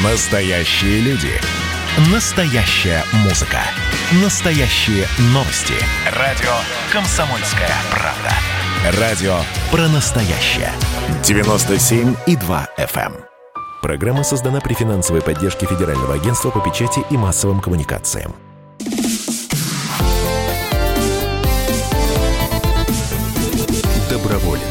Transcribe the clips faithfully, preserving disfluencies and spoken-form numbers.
Настоящие люди. Настоящая музыка. Настоящие новости. Радио «Комсомольская правда». Радио про настоящее. девяносто семь и два эф эм. Программа создана при финансовой поддержке Федерального агентства по печати и массовым коммуникациям. Доброволец.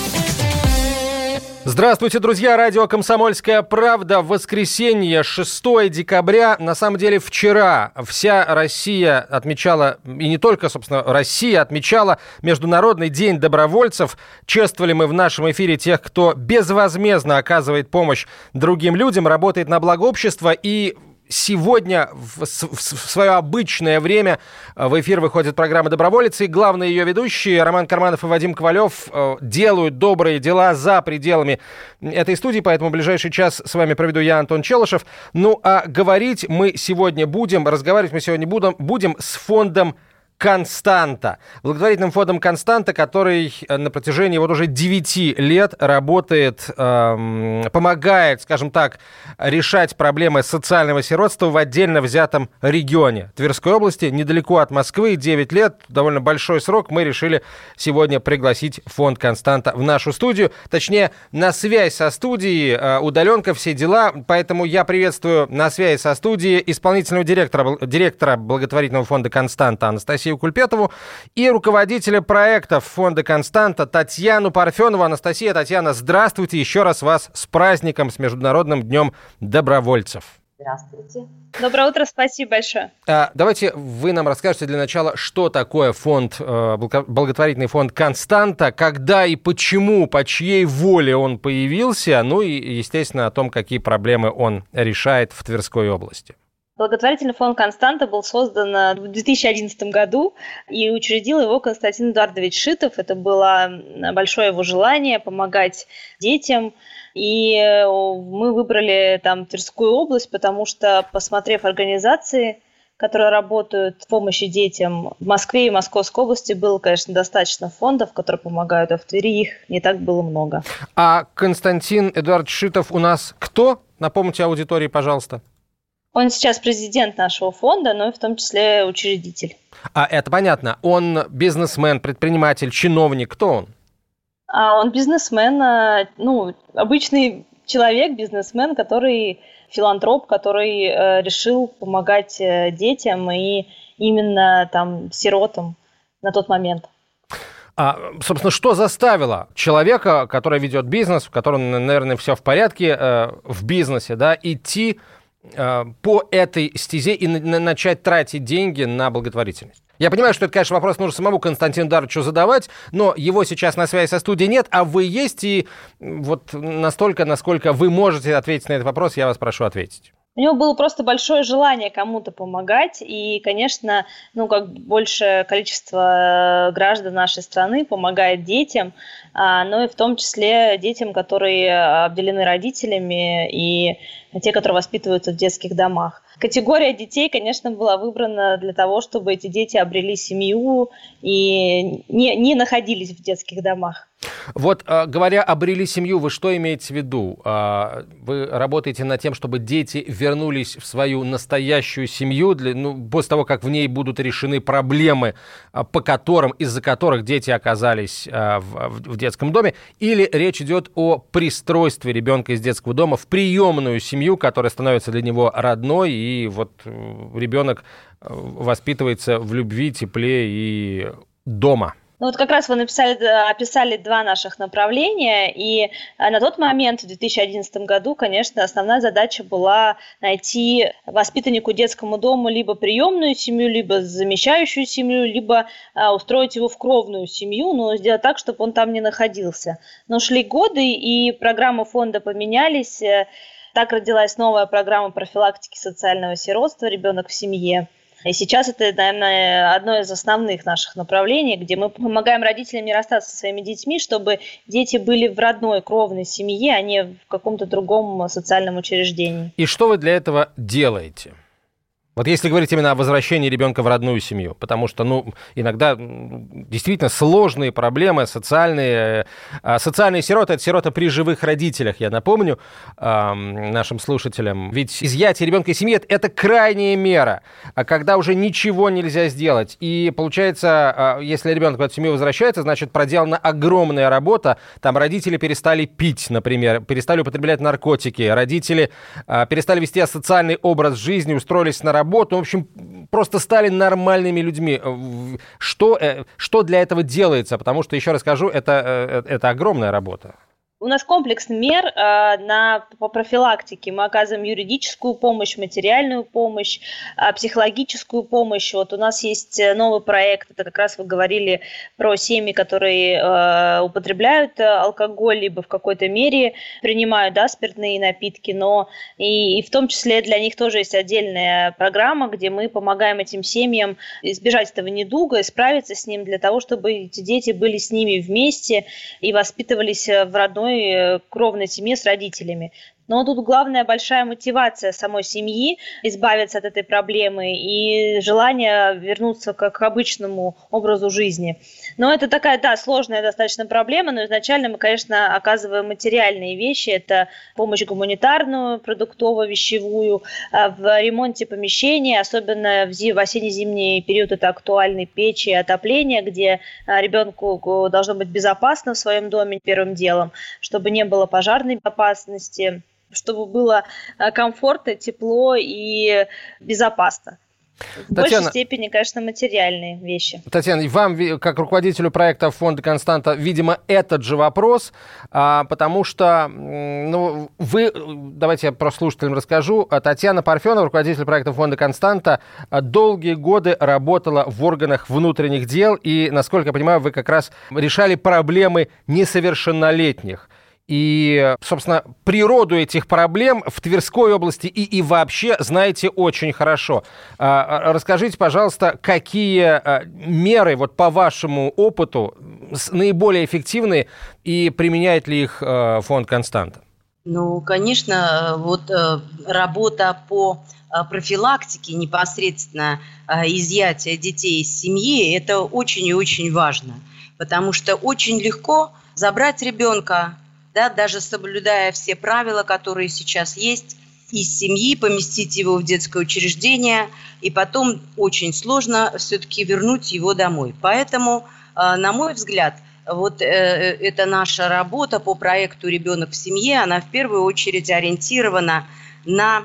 Здравствуйте, друзья! Радио «Комсомольская правда». Воскресенье, шестое декабря. На самом деле, вчера вся Россия отмечала, и не только, собственно, Россия отмечала Международный день добровольцев. Чествовали мы в нашем эфире тех, кто безвозмездно оказывает помощь другим людям, работает на благо общества. И сегодня в свое обычное время в эфир выходит программа «Доброволец», и главные ее ведущие Роман Карманов и Вадим Ковалев делают добрые дела за пределами этой студии, поэтому в ближайший час с вами проведу я, Антон Челышев. Ну а говорить мы сегодня будем, разговаривать мы сегодня будем, будем с фондом «Константа», благотворительным фондом «Константа», который на протяжении вот уже девяти лет работает, эм, помогает, скажем так, решать проблемы социального сиротства в отдельно взятом регионе Тверской области, недалеко от Москвы. девять лет, довольно большой срок. Мы решили сегодня пригласить фонд «Константа» в нашу студию, точнее, на связь со студией, э, удаленка, все дела. Поэтому я приветствую на связи со студией исполнительного директора, директора благотворительного фонда «Константа» Анастасию Кульпетову и руководителя проектов фонда «Константа» Татьяну Парфенову. Анастасия, Татьяна, здравствуйте. Еще раз вас с праздником, с Международным днем добровольцев. Здравствуйте. Доброе утро, спасибо большое. А, давайте вы нам расскажете для начала, что такое фонд, благотворительный фонд «Константа», когда и почему, по чьей воле он появился, ну и, естественно, о том, какие проблемы он решает в Тверской области. Благотворительный фонд «Константа» был создан в две тысячи одиннадцатом году, и учредил его Константин Эдуардович Шитов. Это было большое его желание помогать детям. И мы выбрали там Тверскую область, потому что, посмотрев организации, которые работают в помощи детям в Москве и Московской области, было, конечно, достаточно фондов, которые помогают, а в Твери их не так было много. А Константин Эдуардович Шитов у нас кто? Напомните аудитории, пожалуйста. Он сейчас президент нашего фонда, но и в том числе учредитель. А это понятно. Он бизнесмен, предприниматель, чиновник. Кто он? А он бизнесмен, ну, обычный человек, бизнесмен, который филантроп, который э, решил помогать э, детям и именно там сиротам на тот момент. А, собственно, что заставило человека, который ведет бизнес, в котором, наверное, все в порядке э, в бизнесе, да, идти по этой стезе и на- начать тратить деньги на благотворительность? Я понимаю, что это, конечно, вопрос нужно самому Константину Эдуардовичу задавать, но его сейчас на связи со студией нет, а вы есть, и вот настолько, насколько вы можете ответить на этот вопрос, я вас прошу ответить. У него было просто большое желание кому-то помогать, и, конечно, ну, как большее количество граждан нашей страны помогает детям, но и в том числе детям, которые обделены родителями, и те, которые воспитываются в детских домах. Категория детей, конечно, была выбрана для того, чтобы эти дети обрели семью и не, не находились в детских домах. Вот, говоря, обрели семью, вы что имеете в виду? Вы работаете над тем, чтобы дети вернулись в свою настоящую семью, для, ну, после того, как в ней будут решены проблемы, по которым, из-за которых дети оказались в, в детском доме, или речь идет о пристройстве ребенка из детского дома в приемную семью, которая становится для него родной, и вот ребенок воспитывается в любви, тепле и дома? Ну вот как раз вы написали, описали два наших направления, и на тот момент, в две тысячи одиннадцатом году, конечно, основная задача была найти воспитаннику детскому дому либо приемную семью, либо замещающую семью, либо а, устроить его в кровную семью, но сделать так, чтобы он там не находился. Но шли годы, и программы фонда поменялись. Так родилась новая программа профилактики социального сиротства «Ребенок в семье». И сейчас это, наверное, одно из основных наших направлений, где мы помогаем родителям не расстаться со своими детьми, чтобы дети были в родной кровной семье, а не в каком-то другом социальном учреждении. И что вы для этого делаете? Вот если говорить именно о возвращении ребенка в родную семью, потому что, ну, иногда действительно сложные проблемы, социальные, социальные сироты, это сироты при живых родителях, я напомню э, нашим слушателям. Ведь изъятие ребенка из семьи – это крайняя мера, когда уже ничего нельзя сделать. И получается, если ребенок в эту семью возвращается, значит, проделана огромная работа. Там родители перестали пить, например, перестали употреблять наркотики, родители э, перестали вести асоциальный образ жизни, устроились на работу. В общем, просто стали нормальными людьми. Что, что для этого делается? Потому что, еще раз скажу, это, это огромная работа. У нас комплекс мер э, на, по профилактике. Мы оказываем юридическую помощь, материальную помощь, э, психологическую помощь. Вот у нас есть новый проект, это как раз вы говорили про семьи, которые э, употребляют алкоголь, либо в какой-то мере принимают, да, спиртные напитки, но и, и в том числе для них тоже есть отдельная программа, где мы помогаем этим семьям избежать этого недуга, справиться с ним для того, чтобы эти дети были с ними вместе и воспитывались в родной кровной семье с родителями. Но тут главная большая мотивация самой семьи избавиться от этой проблемы и желание вернуться к, к обычному образу жизни. Но это такая, да, сложная достаточно проблема, но изначально мы, конечно, оказываем материальные вещи. Это помощь гуманитарную, продуктово-вещевую, в ремонте помещений, особенно в, зим, в осенне-зимний период это актуальны печи и отопление, где ребенку должно быть безопасно в своем доме первым делом, чтобы не было пожарной опасности, чтобы было комфортно, тепло и безопасно. В Татьяна, большей степени, конечно, материальные вещи. Татьяна, вам, как руководителю проекта фонда «Константа», видимо, этот же вопрос, а, потому что, ну, вы, давайте я про слушателям расскажу, Татьяна Парфенова, руководитель проекта фонда «Константа», долгие годы работала в органах внутренних дел, и, насколько я понимаю, вы как раз решали проблемы несовершеннолетних. И, собственно, природу этих проблем в Тверской области и, и вообще знаете очень хорошо. Расскажите, пожалуйста, какие меры, вот по вашему опыту, наиболее эффективны и применяет ли их фонд «Константа»? Ну, конечно, вот работа по профилактике непосредственно изъятия детей из семьи – это очень и очень важно, потому что очень легко забрать ребенка, да, даже соблюдая все правила, которые сейчас есть, из семьи, поместить его в детское учреждение, и потом очень сложно все-таки вернуть его домой. Поэтому, на мой взгляд, вот это наша работа по проекту «Ребенок в семье», она в первую очередь ориентирована на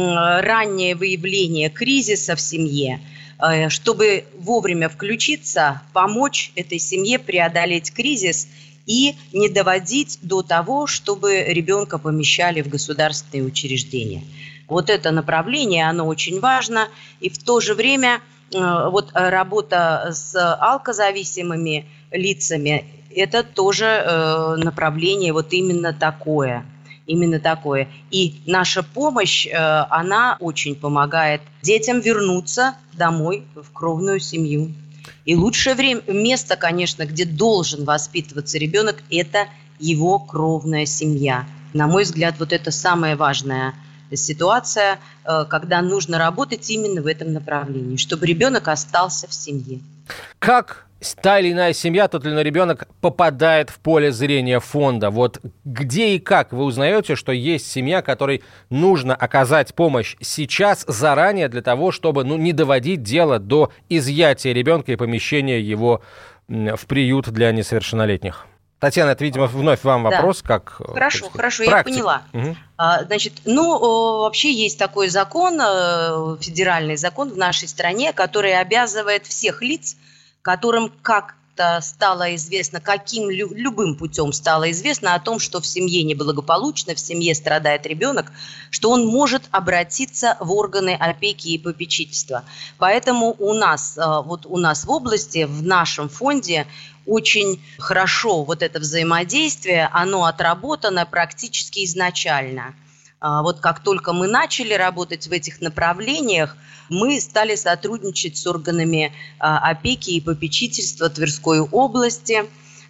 раннее выявление кризиса в семье, чтобы вовремя включиться, помочь этой семье преодолеть кризис и не доводить до того, чтобы ребенка помещали в государственные учреждения. Вот это направление, оно очень важно. И в то же время вот работа с алкозависимыми лицами, это тоже направление вот именно такое. Именно такое. И наша помощь, она очень помогает детям вернуться домой в кровную семью. И лучшее время, место, конечно, где должен воспитываться ребенок, это его кровная семья. На мой взгляд, вот это самая важная ситуация, когда нужно работать именно в этом направлении, чтобы ребенок остался в семье. Как та или иная семья, тот или иной ребенок попадает в поле зрения фонда? Вот где и как вы узнаете, что есть семья, которой нужно оказать помощь сейчас, заранее, для того, чтобы, ну, не доводить дело до изъятия ребенка и помещения его в приют для несовершеннолетних? Татьяна, это, видимо, вновь вам вопрос, да. Как... Хорошо, как хорошо, практика. Я поняла. Угу. А, значит, ну, вообще есть такой закон, федеральный закон в нашей стране, который обязывает всех лиц, которым как-то стало известно, каким любым путем стало известно о том, что в семье неблагополучно, в семье страдает ребенок, что он может обратиться в органы опеки и попечительства. Поэтому у нас, вот у нас в области, в нашем фонде очень хорошо вот это взаимодействие, оно отработано практически изначально. Вот как только мы начали работать в этих направлениях, мы стали сотрудничать с органами опеки и попечительства Тверской области,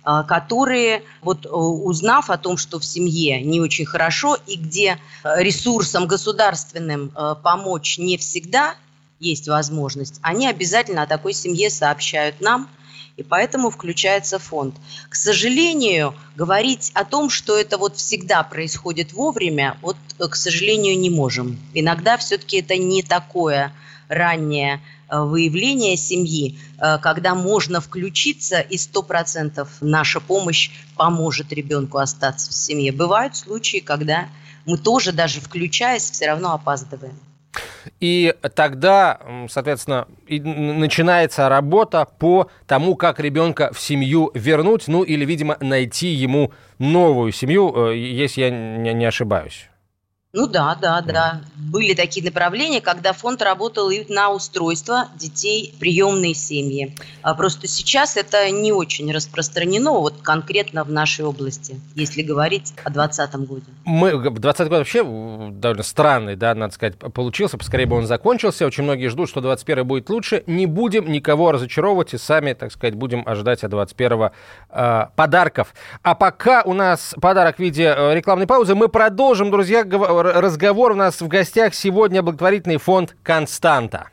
которые, вот, узнав о том, что в семье не очень хорошо и где ресурсом государственным помочь не всегда есть возможность, они обязательно о такой семье сообщают нам, и поэтому включается фонд. К сожалению, говорить о том, что это вот всегда происходит вовремя, вот, к сожалению, не можем. Иногда все-таки это не такое раннее выявление семьи, когда можно включиться, и сто процентов наша помощь поможет ребенку остаться в семье. Бывают случаи, когда мы тоже, даже включаясь, все равно опаздываем. И тогда, соответственно, и начинается работа по тому, как ребенка в семью вернуть, ну или, видимо, найти ему новую семью, если я не ошибаюсь. Ну да, да, да. Были такие направления, когда фонд работал и на устройство детей в приемные семьи. А просто сейчас это не очень распространено, вот конкретно в нашей области, если говорить о двадцатом году. Мы, двадцатый год вообще довольно странный, да, надо сказать, получился, поскорее бы он закончился. Очень многие ждут, что двадцать первый будет лучше. Не будем никого разочаровывать и сами, так сказать, будем ожидать от двадцать первого э, подарков. А пока у нас подарок в виде рекламной паузы, мы продолжим, друзья, говорить. Разговор у нас в гостях сегодня благотворительный фонд «Константа».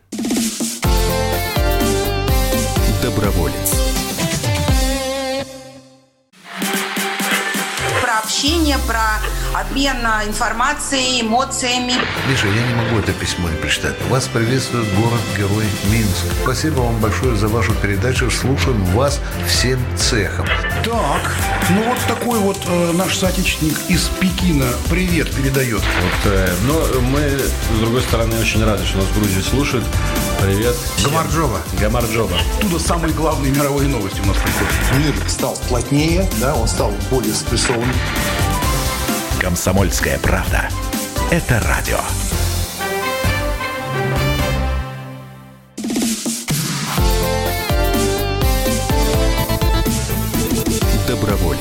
Доброволец. Про общение, про обмен информацией, эмоциями. Миша, я не могу это письмо не прочитать. Вас приветствует город-герой Минск. Спасибо вам большое за вашу передачу. Слушаем вас всем цехом. Так, ну вот такой вот э, наш соотечественник из Пекина привет передает. Вот, э, но мы, с другой стороны, очень рады, что нас в Грузии слушают. Привет. Гамарджоба. Гамарджоба. Оттуда самые главные мировые новости у нас приходят. Мир стал плотнее, да, он стал более спрессованным. «Комсомольская правда». Это радио. Доброволец.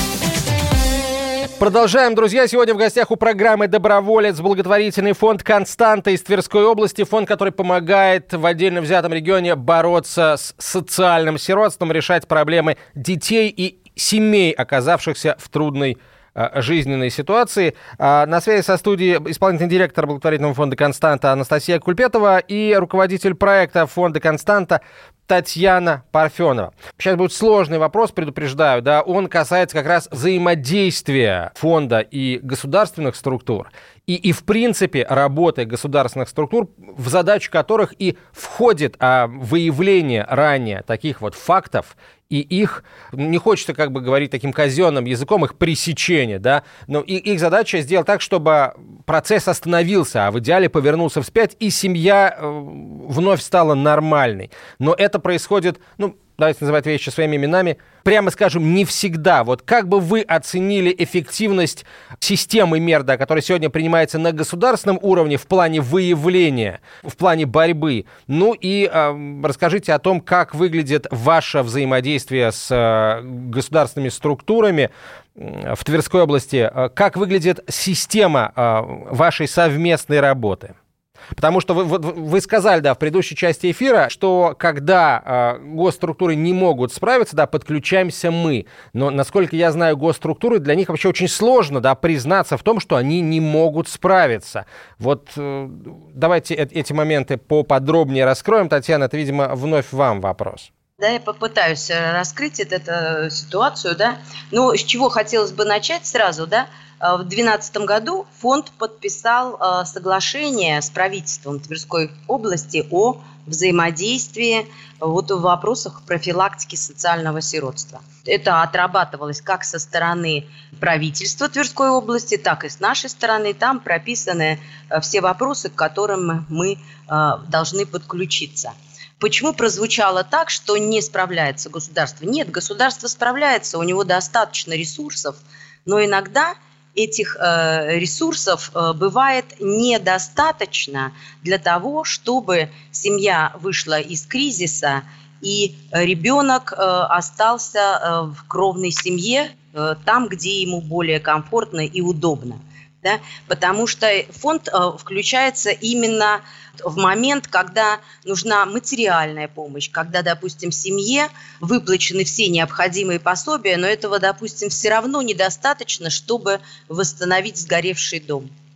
Продолжаем, друзья. Сегодня в гостях у программы «Доброволец» благотворительный фонд «Константа» из Тверской области. Фонд, который помогает в отдельно взятом регионе бороться с социальным сиротством, решать проблемы детей и семей, оказавшихся в трудной жизненной ситуации. На связи со студией исполнительный директор благотворительного фонда «Константа» Анастасия Кульпетова и руководитель проекта фонда «Константа» Татьяна Парфенова. Сейчас будет сложный вопрос, предупреждаю, да, он касается как раз взаимодействия фонда и государственных структур, и, и в принципе работы государственных структур, в задачу которых и входит а, выявление ранее таких вот фактов, и их, не хочется как бы говорить таким казенным языком, их пресечение, да, но и, их задача сделать так, чтобы процесс остановился, а в идеале повернулся вспять, и семья э, вновь стала нормальной. Но это происходит, ну, давайте называть вещи своими именами, прямо скажем, не всегда. Вот как бы вы оценили эффективность системы мер, да, которая сегодня принимается на государственном уровне в плане выявления, в плане борьбы? Ну и э, расскажите о том, как выглядит ваше взаимодействие с э, государственными структурами э, в Тверской области, э, как выглядит система э, вашей совместной работы? Потому что вы, вы сказали, да, в предыдущей части эфира, что когда э, госструктуры не могут справиться, да, подключаемся мы. Но, насколько я знаю, госструктуры, для них вообще очень сложно, да, признаться в том, что они не могут справиться. Вот э, давайте э- эти моменты поподробнее раскроем. Татьяна, это, видимо, вновь вам вопрос. Да, я попытаюсь раскрыть эту, эту ситуацию, да. Ну, с чего хотелось бы начать сразу, да. В две тысячи двенадцатом году фонд подписал э, соглашение с правительством Тверской области о взаимодействии вот, в вопросах профилактики социального сиротства. Это отрабатывалось как со стороны правительства Тверской области, так и с нашей стороны. Там прописаны э, все вопросы, к которым мы э, должны подключиться. Почему прозвучало так, что не справляется государство? Нет, государство справляется, у него достаточно ресурсов, но иногда этих э, ресурсов э, бывает недостаточно для того, чтобы семья вышла из кризиса и ребенок э, остался э, в кровной семье, э, там, где ему более комфортно и удобно. Да? Потому что фонд э, включается именно в момент, когда нужна материальная помощь, когда, допустим, семье выплачены все необходимые пособия, но этого, допустим, все равно недостаточно, чтобы восстановить сгоревший дом.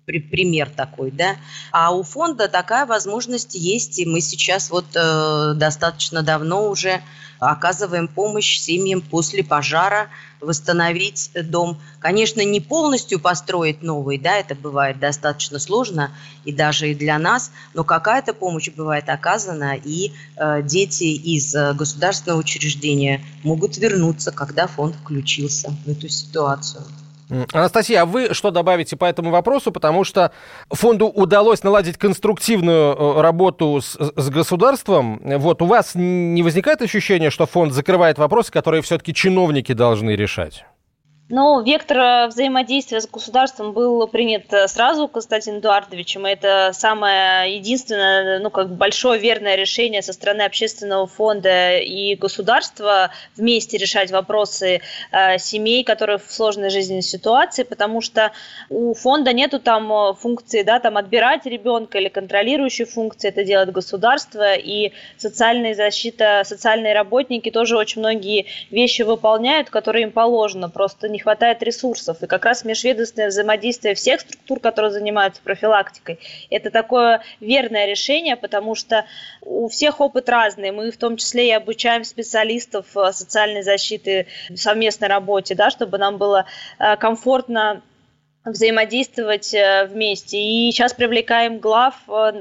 пример такой, да. А у фонда такая возможность есть, и мы сейчас вот э, достаточно давно уже оказываем помощь семьям после пожара восстановить дом. Конечно, не полностью построить новый, да, это бывает достаточно сложно, и даже и для нас, но какая-то помощь бывает оказана, и э, дети из э, государственного учреждения могут вернуться, когда фонд включился в эту ситуацию. Анастасия, а вы что добавите по этому вопросу? Потому что фонду удалось наладить конструктивную работу с, с государством. Вот, у вас не возникает ощущения, что фонд закрывает вопросы, которые все-таки чиновники должны решать? Ну, вектор взаимодействия с государством был принят сразу Константином Эдуардовичем, и это самое единственное, ну, как большое верное решение со стороны общественного фонда и государства вместе решать вопросы э, семей, которые в сложной жизненной ситуации, потому что у фонда нету там функции, да, там отбирать ребенка или контролирующей функции, это делает государство, и социальная защита, социальные работники тоже очень многие вещи выполняют, которые им положено, просто не хватает ресурсов. И как раз межведомственное взаимодействие всех структур, которые занимаются профилактикой, это такое верное решение, потому что у всех опыт разный. Мы в том числе и обучаем специалистов социальной защиты в совместной работе, да, чтобы нам было комфортно взаимодействовать вместе. И сейчас привлекаем глав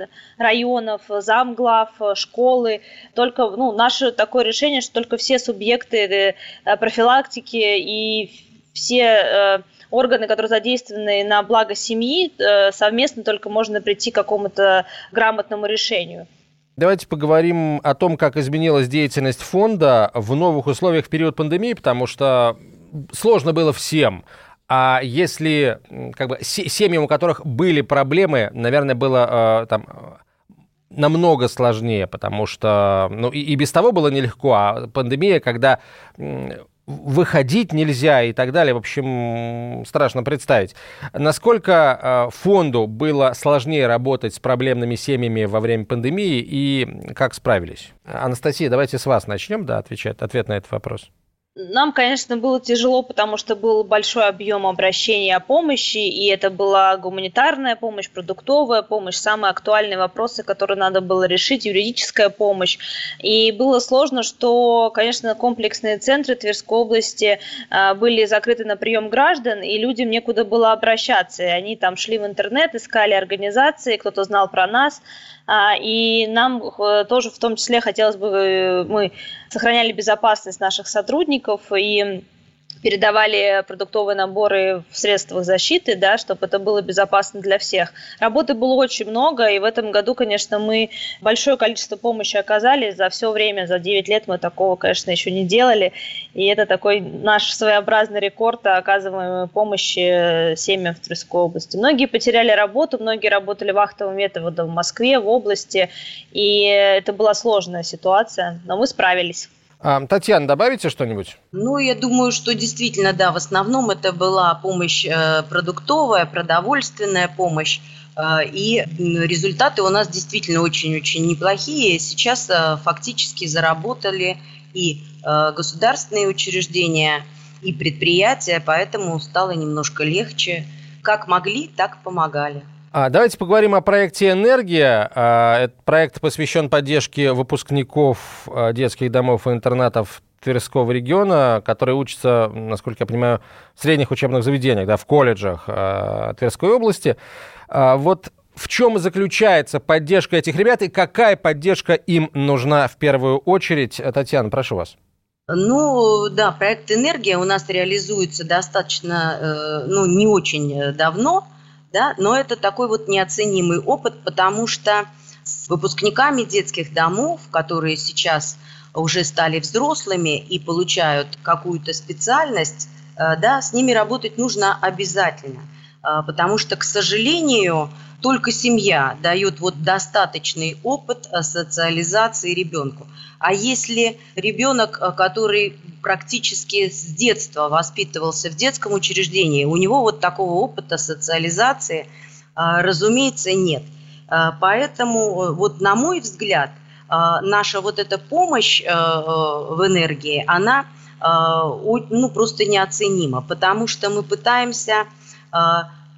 районов, замглав, школы. Только, ну, наше такое решение, что только все субъекты профилактики и все э, органы, которые задействованы на благо семьи, э, совместно только можно прийти к какому-то грамотному решению. Давайте поговорим о том, как изменилась деятельность фонда в новых условиях в период пандемии, потому что сложно было всем. А если как бы, семьям, у которых были проблемы, наверное, было э, там, намного сложнее, потому что ну, и, и без того было нелегко, а пандемия, когда выходить нельзя и так далее, в общем, страшно представить. Насколько фонду было сложнее работать с проблемными семьями во время пандемии и как справились? Анастасия, давайте с вас начнем, да, отвечать, ответ на этот вопрос. Нам, конечно, было тяжело, потому что был большой объем обращений о помощи, и это была гуманитарная помощь, продуктовая помощь, самые актуальные вопросы, которые надо было решить, юридическая помощь. И было сложно, что, конечно, комплексные центры Тверской области были закрыты на прием граждан, и людям некуда было обращаться. И они там шли в интернет, искали организации, кто-то знал про нас. И нам тоже в том числе хотелось бы, мы сохраняли безопасность наших сотрудников и передавали продуктовые наборы в средствах защиты, да, чтобы это было безопасно для всех. Работы было очень много, и в этом году, конечно, мы большое количество помощи оказали. За все время, за девять лет мы такого, конечно, еще не делали. И это такой наш своеобразный рекорд оказываемой помощи семьям в Тверской области. Многие потеряли работу, многие работали вахтовым методом в Москве, в области, и это была сложная ситуация, но мы справились. А, Татьяна, добавите что-нибудь? Ну, я думаю, что действительно, да, в основном это была помощь э, продуктовая, продовольственная помощь, э, и результаты у нас действительно очень-очень неплохие. Сейчас э, фактически заработали и э, государственные учреждения, и предприятия, поэтому стало немножко легче. Как могли, так помогали. А, давайте поговорим о проекте «Энергия». Этот проект посвящен поддержке выпускников детских домов и интернатов Тверского региона, которые учатся, насколько я понимаю, в средних учебных заведениях, да, в колледжах Тверской области. Вот в чем заключается поддержка этих ребят и какая поддержка им нужна в первую очередь? Татьяна, прошу вас. Ну, да, проект «Энергия» у нас реализуется достаточно, ну, не очень давно. Да, но это такой вот неоценимый опыт, потому что с выпускниками детских домов, которые сейчас уже стали взрослыми и получают какую-то специальность, да, с ними работать нужно обязательно, потому что, к сожалению, только семья дает вот достаточный опыт социализации ребенку. А если ребенок, который практически с детства воспитывался в детском учреждении, у него вот такого опыта социализации, разумеется, нет. Поэтому, вот на мой взгляд, наша вот эта помощь в энергии, она ну, просто неоценима, потому что мы пытаемся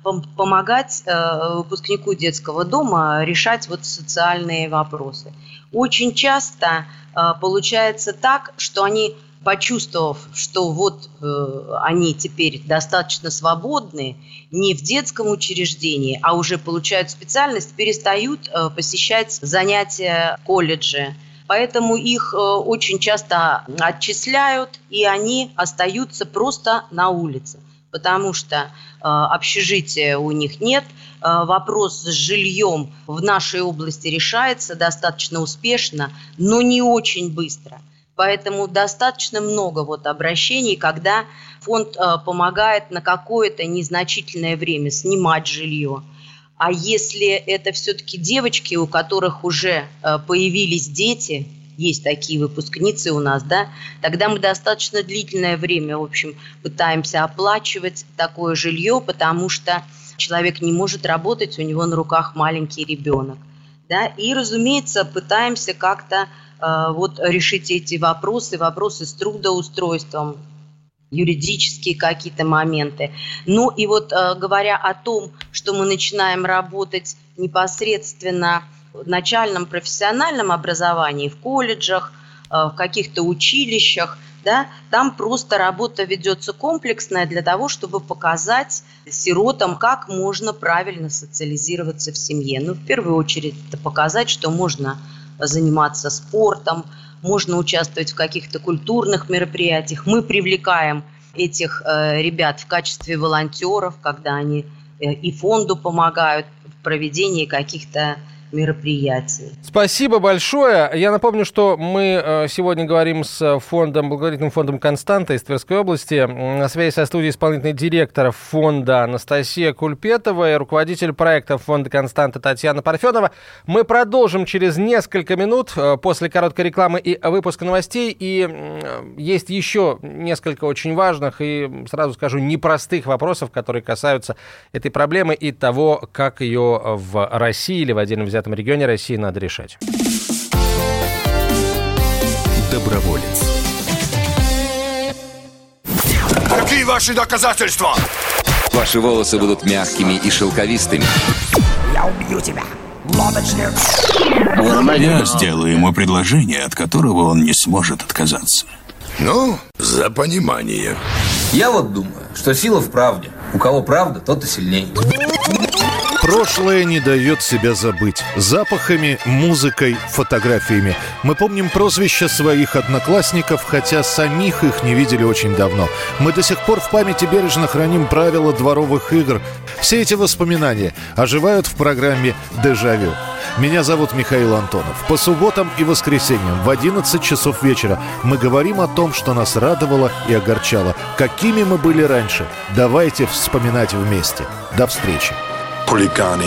помогать выпускнику детского дома решать вот социальные вопросы. Очень часто получается так, что они, почувствовав, что вот они теперь достаточно свободны, не в детском учреждении, а уже получают специальность, перестают посещать занятия в колледже. Поэтому их очень часто отчисляют, и они остаются просто на улице, потому что э, общежития у них нет. Э, вопрос с жильем в нашей области решается достаточно успешно, но не очень быстро. Поэтому достаточно много вот обращений, когда фонд э, помогает на какое-то незначительное время снимать жилье. А если это все-таки девочки, у которых уже э, появились дети, есть такие выпускницы у нас, да, тогда мы достаточно длительное время, в общем, пытаемся оплачивать такое жилье, потому что человек не может работать, у него на руках маленький ребенок, да, и, разумеется, пытаемся как-то э, вот решить эти вопросы, вопросы с трудоустройством, юридические какие-то моменты. Ну и вот э, говоря о том, что мы начинаем работать непосредственно в начальном профессиональном образовании, в колледжах, в каких-то училищах, да, там просто работа ведется комплексная для того, чтобы показать сиротам, как можно правильно социализироваться в семье. Ну, в первую очередь, это показать, что можно заниматься спортом, можно участвовать в каких-то культурных мероприятиях. Мы привлекаем этих э, ребят в качестве волонтеров, когда они э, и фонду помогают в проведении каких-то мероприятий. Спасибо большое. Я напомню, что мы сегодня говорим с фондом, благотворительным фондом «Константа» из Тверской области. На связи со студией исполнительный директор фонда Анастасия Кульпетова и руководитель проекта фонда «Константа» Татьяна Парфенова. Мы продолжим через несколько минут после короткой рекламы и выпуска новостей. И есть еще несколько очень важных и, сразу скажу, непростых вопросов, которые касаются этой проблемы и того, как ее в России или в отдельно взятом регионе России надо решать. Доброволец. Какие ваши доказательства? Ваши волосы будут мягкими и шелковистыми. Я убью тебя, лодочник. Я сделаю ему предложение, от которого он не сможет отказаться. Ну, за понимание. Я вот думаю, что сила в правде. У кого правда, тот и сильнее. Прошлое не дает себя забыть. Запахами, музыкой, фотографиями. Мы помним прозвища своих одноклассников, хотя самих их не видели очень давно. Мы до сих пор в памяти бережно храним правила дворовых игр. Все эти воспоминания оживают в программе «Дежавю». Меня зовут Михаил Антонов. По субботам и воскресеньям в одиннадцать часов вечера мы говорим о том, что нас радовало и огорчало. Какими мы были раньше. Давайте вспоминать вместе. До встречи. Хулиганы.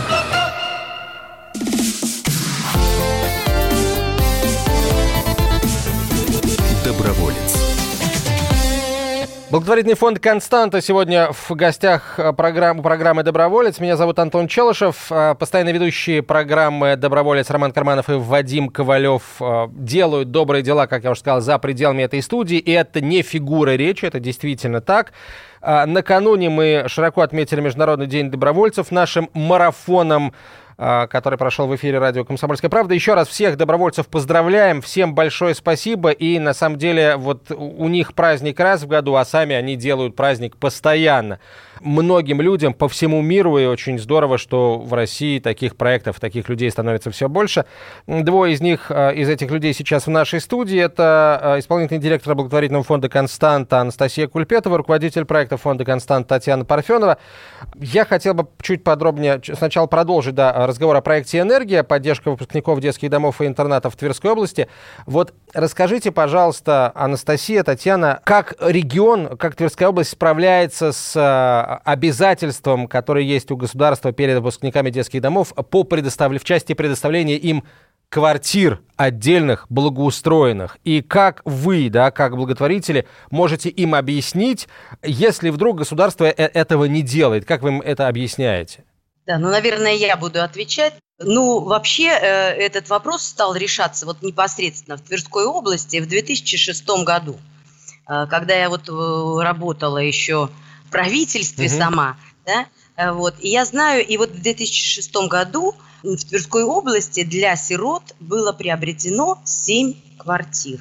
Доброволец. Благотворительный фонд «Константа» сегодня в гостях программы, программы «Доброволец». Меня зовут Антон Челышев. Постоянно ведущие программы «Доброволец» Роман Карманов и Вадим Ковалев делают добрые дела, как я уже сказал, за пределами этой студии. И это не фигура речи, это действительно так. Накануне мы широко отметили Международный день добровольцев нашим марафоном, который прошел в эфире радио «Комсомольская правда». Еще раз всех добровольцев поздравляем, всем большое спасибо. И на самом деле вот у них праздник раз в году, а сами они делают праздник постоянно. Многим людям по всему миру, и очень здорово, что в России таких проектов, таких людей становится все больше. Двое из них, из этих людей сейчас в нашей студии. Это исполнительный директор благотворительного фонда «Константа» Анастасия Кульпетова, руководитель проекта фонда «Константа» Татьяна Парфенова. Я хотел бы чуть подробнее сначала продолжить да, разговор о проекте «Энергия», поддержка выпускников детских домов и интернатов в Тверской области. Вот расскажите, пожалуйста, Анастасия, Татьяна, как регион, как Тверская область справляется с обязательством, которое есть у государства перед выпускниками детских домов по предоставлению, в части предоставления им квартир отдельных, благоустроенных. И как вы, да, как благотворители, можете им объяснить, если вдруг государство этого не делает? Как вы им это объясняете? Да, ну, наверное, я буду отвечать. Ну, вообще, э, этот вопрос стал решаться вот непосредственно в Тверской области в две тысячи шестом году, э, когда я вот э, работала еще в правительстве угу. сама, да, Вот. И я знаю, и вот в две тысячи шестом году в Тверской области для сирот было приобретено семь квартир.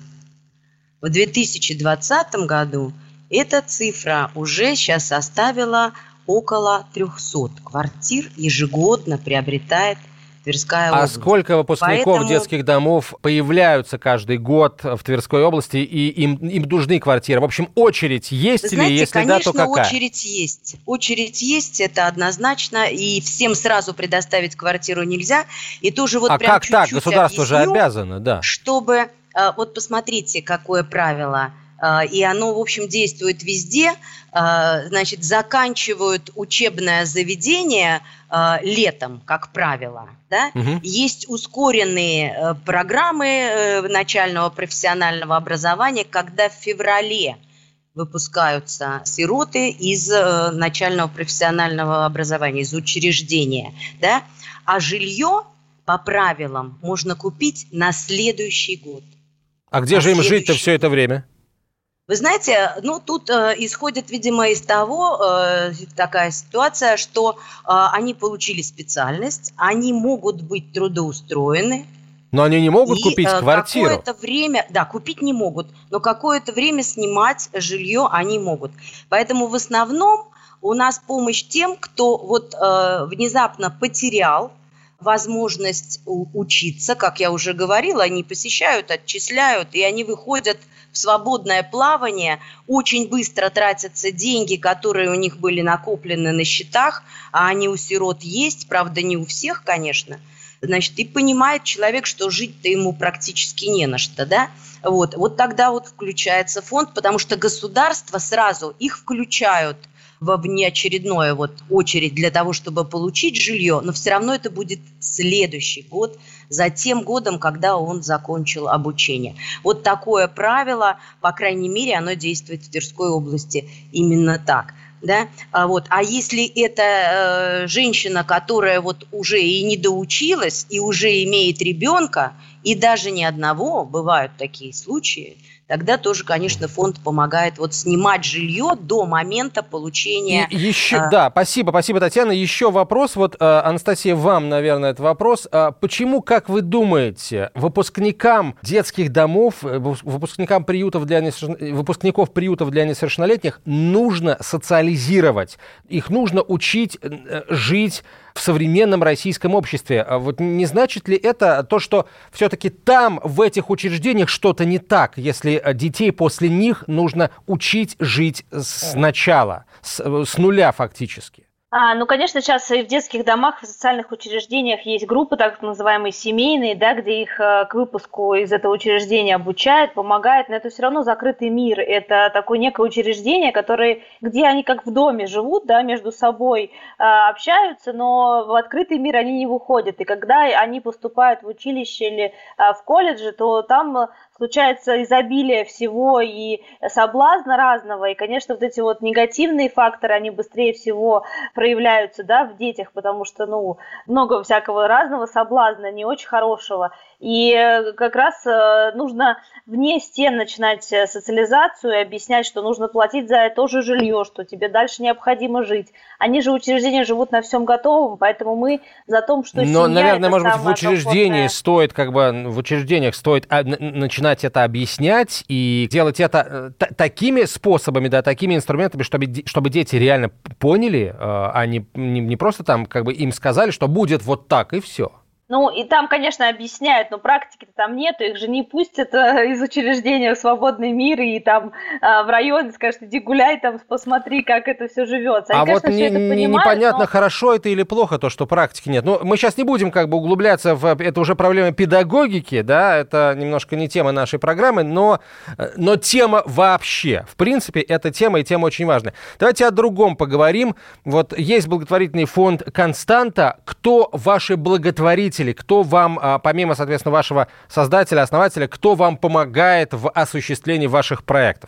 В две тысячи двадцатом году эта цифра уже сейчас составила около трехсот квартир ежегодно приобретает Тверская область. А сколько выпускников Поэтому... детских домов появляются каждый год в Тверской области, и им, им нужны квартиры? В общем, очередь есть Вы ли? знаете, Если конечно, да, то какая? очередь есть. Очередь есть, это однозначно, и всем сразу предоставить квартиру нельзя. И тоже вот а прям как так? чуть-чуть Государство объясню, же обязано, да. Чтобы, вот посмотрите, какое правило, и оно, в общем, действует везде. Значит, заканчивают учебное заведение летом, как правило. Да? Угу. Есть ускоренные программы начального профессионального образования, когда в феврале выпускаются сироты из начального профессионального образования, из учреждения. Да? А жилье по правилам можно купить на следующий год. А где на же им следующий... жить-то все это время? Вы знаете, ну тут э, исходит, видимо, из того э, такая ситуация, что э, они получили специальность, они могут быть трудоустроены. Но они не могут и, купить э, квартиру. Какое-то время, да, купить не могут, но какое-то время снимать жилье они могут. Поэтому в основном у нас помощь тем, кто вот э, внезапно потерял возможность учиться, как я уже говорила, они посещают, отчисляют, и они выходят в свободное плавание, очень быстро тратятся деньги, которые у них были накоплены на счетах, а они у сирот есть, правда, не у всех, конечно. Значит, и понимает человек, что жить-то ему практически не на что, да? Вот, вот тогда вот включается фонд, потому что государство сразу их включают во внеочередную вот очередь для того, чтобы получить жилье, но все равно это будет следующий год, за тем годом, когда он закончил обучение. Вот такое правило, по крайней мере, оно действует в Тверской области именно так. Да? А, вот. А если это э, женщина, которая вот уже и не доучилась, и уже имеет ребенка, и даже не одного, бывают такие случаи, тогда тоже, конечно, фонд помогает вот снимать жилье до момента получения... И еще, а... да, спасибо, спасибо, Татьяна. Еще вопрос, вот, Анастасия, вам, наверное, это вопрос. Почему, как вы думаете, выпускникам детских домов, выпускникам приютов для несоверш... выпускников приютов для несовершеннолетних нужно социализировать? Их нужно учить жить в современном российском обществе. Вот не значит ли это то, что все-таки там, в этих учреждениях, что-то не так, если детей после них нужно учить жить сначала, с, с нуля фактически? А, ну, конечно, сейчас и в детских домах, в социальных учреждениях есть группы, так называемые семейные, да, где их к выпуску из этого учреждения обучают, помогают, но это все равно закрытый мир, это такое некое учреждение, которое, где они как в доме живут, да, между собой а, общаются, но в открытый мир они не выходят, и когда они поступают в училище или а, в колледже, то там случается изобилие всего и соблазна разного, и, конечно, вот эти вот негативные факторы, они быстрее всего проявляются, да, в детях, потому что, ну, много всякого разного соблазна, не очень хорошего, и как раз нужно вне стен начинать социализацию и объяснять, что нужно платить за это тоже жилье, что тебе дальше необходимо жить. Они же учреждения живут на всем готовом, поэтому мы за то, что семья... Но, наверное, может быть, в учреждении комфортная... стоит, как бы, в учреждениях стоит начинать это объяснять и делать это т- такими способами, да, такими инструментами, чтобы, чтобы дети реально поняли, а не, не, не просто там, как бы, им сказали, что будет вот так, и все. Ну, и там, конечно, объясняют, но практики-то там нету, их же не пустят э, из учреждения в свободный мир и там э, в район, скажут, иди гуляй, там, посмотри, как это все живет. Они, а конечно, вот не, это не, понимают, непонятно, но... хорошо это или плохо, то, что практики нет. Ну, мы сейчас не будем, как бы, углубляться в... Это уже проблема педагогики, да, это немножко не тема нашей программы, но, но тема вообще. В принципе, эта тема и тема очень важная. Давайте о другом поговорим. Вот есть благотворительный фонд «Константа». Кто ваши благотворители? Кто вам, помимо, соответственно, вашего создателя, основателя, кто вам помогает в осуществлении ваших проектов?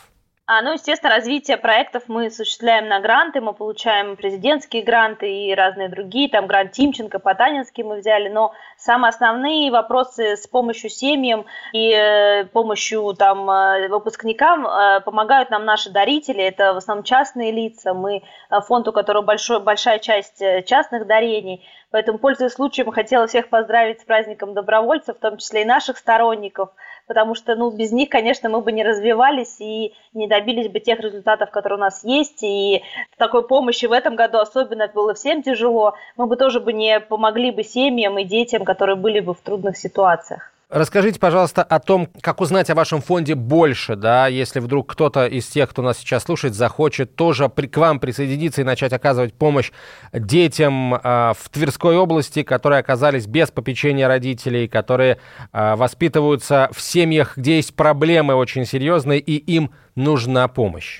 А, ну, естественно, развитие проектов мы осуществляем на гранты, мы получаем президентские гранты и разные другие, там грант Тимченко, Потанинский мы взяли, но самые основные вопросы с помощью семьям и э, помощью там выпускникам э, помогают нам наши дарители, это в основном частные лица, мы фонд, у которого большой, большая часть частных дарений, поэтому, пользуясь случаем, хотела всех поздравить с праздником добровольцев, в том числе и наших сторонников, потому что, ну, без них, конечно, мы бы не развивались и не добились бы тех результатов, которые у нас есть, и такой помощи в этом году особенно было всем тяжело, мы бы тоже бы не помогли бы семьям и детям, которые были бы в трудных ситуациях. Расскажите, пожалуйста, о том, как узнать о вашем фонде больше, да, если вдруг кто-то из тех, кто нас сейчас слушает, захочет тоже при, к вам присоединиться и начать оказывать помощь детям э, в Тверской области, которые оказались без попечения родителей, которые э, воспитываются в семьях, где есть проблемы очень серьезные, и им нужна помощь.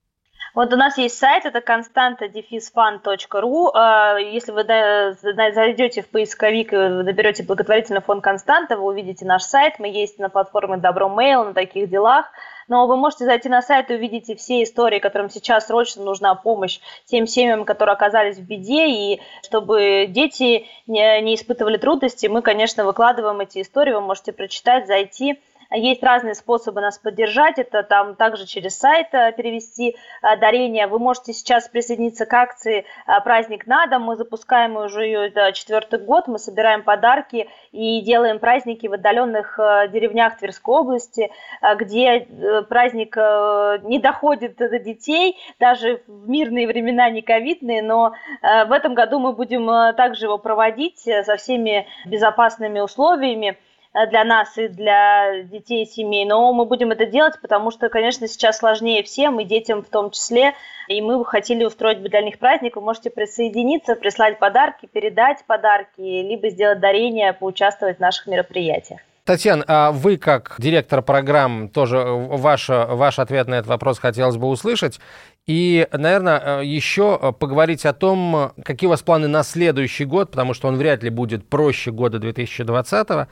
Вот у нас есть сайт, это константа дефис фанд точка ру. Если вы зайдете в поисковик и наберете благотворительный фонд «Константа», вы увидите наш сайт. Мы есть на платформе Добромейл, на таких делах. Но вы можете зайти на сайт и увидите все истории, которым сейчас срочно нужна помощь тем семьям, которые оказались в беде. И чтобы дети не, не испытывали трудности, мы, конечно, выкладываем эти истории. Вы можете прочитать, зайти. Есть разные способы нас поддержать, это там также через сайт перевести дарение. Вы можете сейчас присоединиться к акции «Праздник на дом». Мы запускаем уже ее четвертый год, мы собираем подарки и делаем праздники в отдаленных деревнях Тверской области, где праздник не доходит до детей, даже в мирные времена, не ковидные, но в этом году мы будем также его проводить со всеми безопасными условиями для нас и для детей и семей, но мы будем это делать, потому что, конечно, сейчас сложнее всем, и детям в том числе, и мы бы хотели устроить для них праздник. Вы можете присоединиться, прислать подарки, передать подарки, либо сделать дарение, поучаствовать в наших мероприятиях. Татьяна, а вы как директор программ, тоже ваш, ваш ответ на этот вопрос хотелось бы услышать. И, наверное, еще поговорить о том, какие у вас планы на следующий год, потому что он вряд ли будет проще года две тысячи двадцатого.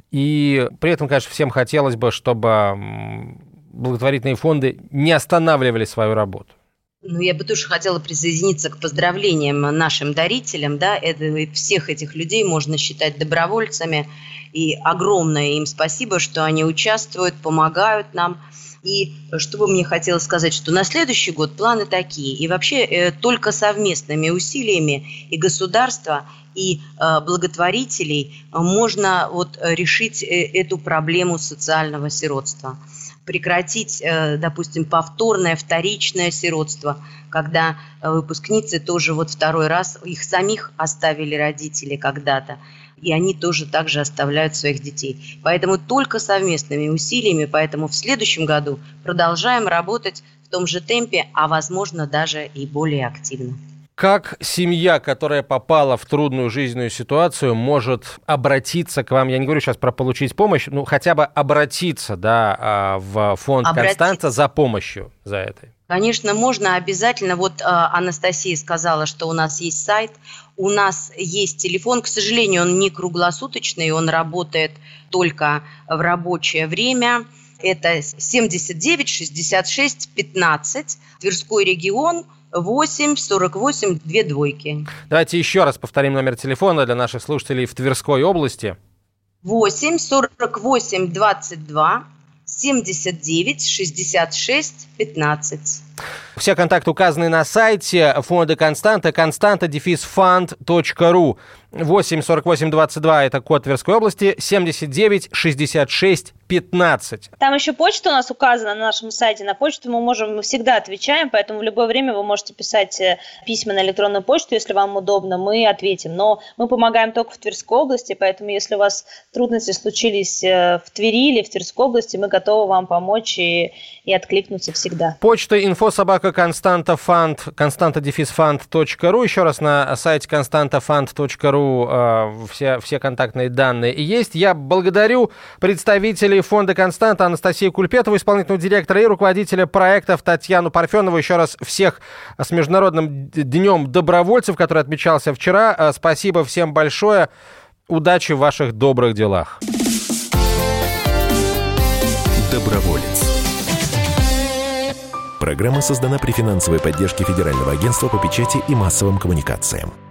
И при этом, конечно, всем хотелось бы, чтобы благотворительные фонды не останавливали свою работу. Ну, я бы тоже хотела присоединиться к поздравлениям нашим дарителям, да, это, всех этих людей можно считать добровольцами, и огромное им спасибо, что они участвуют, помогают нам. И что бы мне хотелось сказать, что на следующий год планы такие, и вообще э, только совместными усилиями и государства, и э, благотворителей можно вот решить э, эту проблему социального сиротства. Прекратить, допустим, повторное, вторичное сиротство, когда выпускницы тоже вот второй раз, их самих оставили родители когда-то, и они тоже также оставляют своих детей. Поэтому только совместными усилиями, поэтому в следующем году продолжаем работать в том же темпе, а возможно даже и более активно. Как семья, которая попала в трудную жизненную ситуацию, может обратиться к вам? Я не говорю сейчас про получить помощь, ну хотя бы обратиться, да, в фонд «Константа» за помощью, за это. Конечно, можно обязательно. Вот Анастасия сказала, что у нас есть сайт, у нас есть телефон. К сожалению, он не круглосуточный, он работает только в рабочее время. Это семьдесят девять шестьдесят шесть пятнадцать, Тверской регион, восемь сорок восемь две двойки. Давайте еще раз повторим номер телефона для наших слушателей в Тверской области. восемь сорок восемь двадцать два семьдесят девять шестьдесят шесть пятнадцать. Все контакты указаны на сайте фонда «Константа», константа дефис фанд точка ру. восемь сорок восемь двадцать два – это код Тверской области, семьдесят девять шестьдесят шесть пятнадцать. Там еще почта у нас указана на нашем сайте. На почту мы можем, мы всегда отвечаем, поэтому в любое время вы можете писать письма на электронную почту, если вам удобно, мы ответим. Но мы помогаем только в Тверской области, поэтому если у вас трудности случились в Твери или в Тверской области, мы готовы вам помочь и, и откликнуться всегда. Почта инфо собака константа фанд, константа дефис фанд точка ру. Еще раз на сайте константа фанд точка ру э, все, все контактные данные есть. Я благодарю представителей фонда «Константа» Анастасию Кульпетову, исполнительного директора, и руководителя проектов Татьяну Парфенову. Еще раз всех с Международным днем добровольцев, который отмечался вчера. Спасибо всем большое. Удачи в ваших добрых делах. Доброволец. Программа создана при финансовой поддержке Федерального агентства по печати и массовым коммуникациям.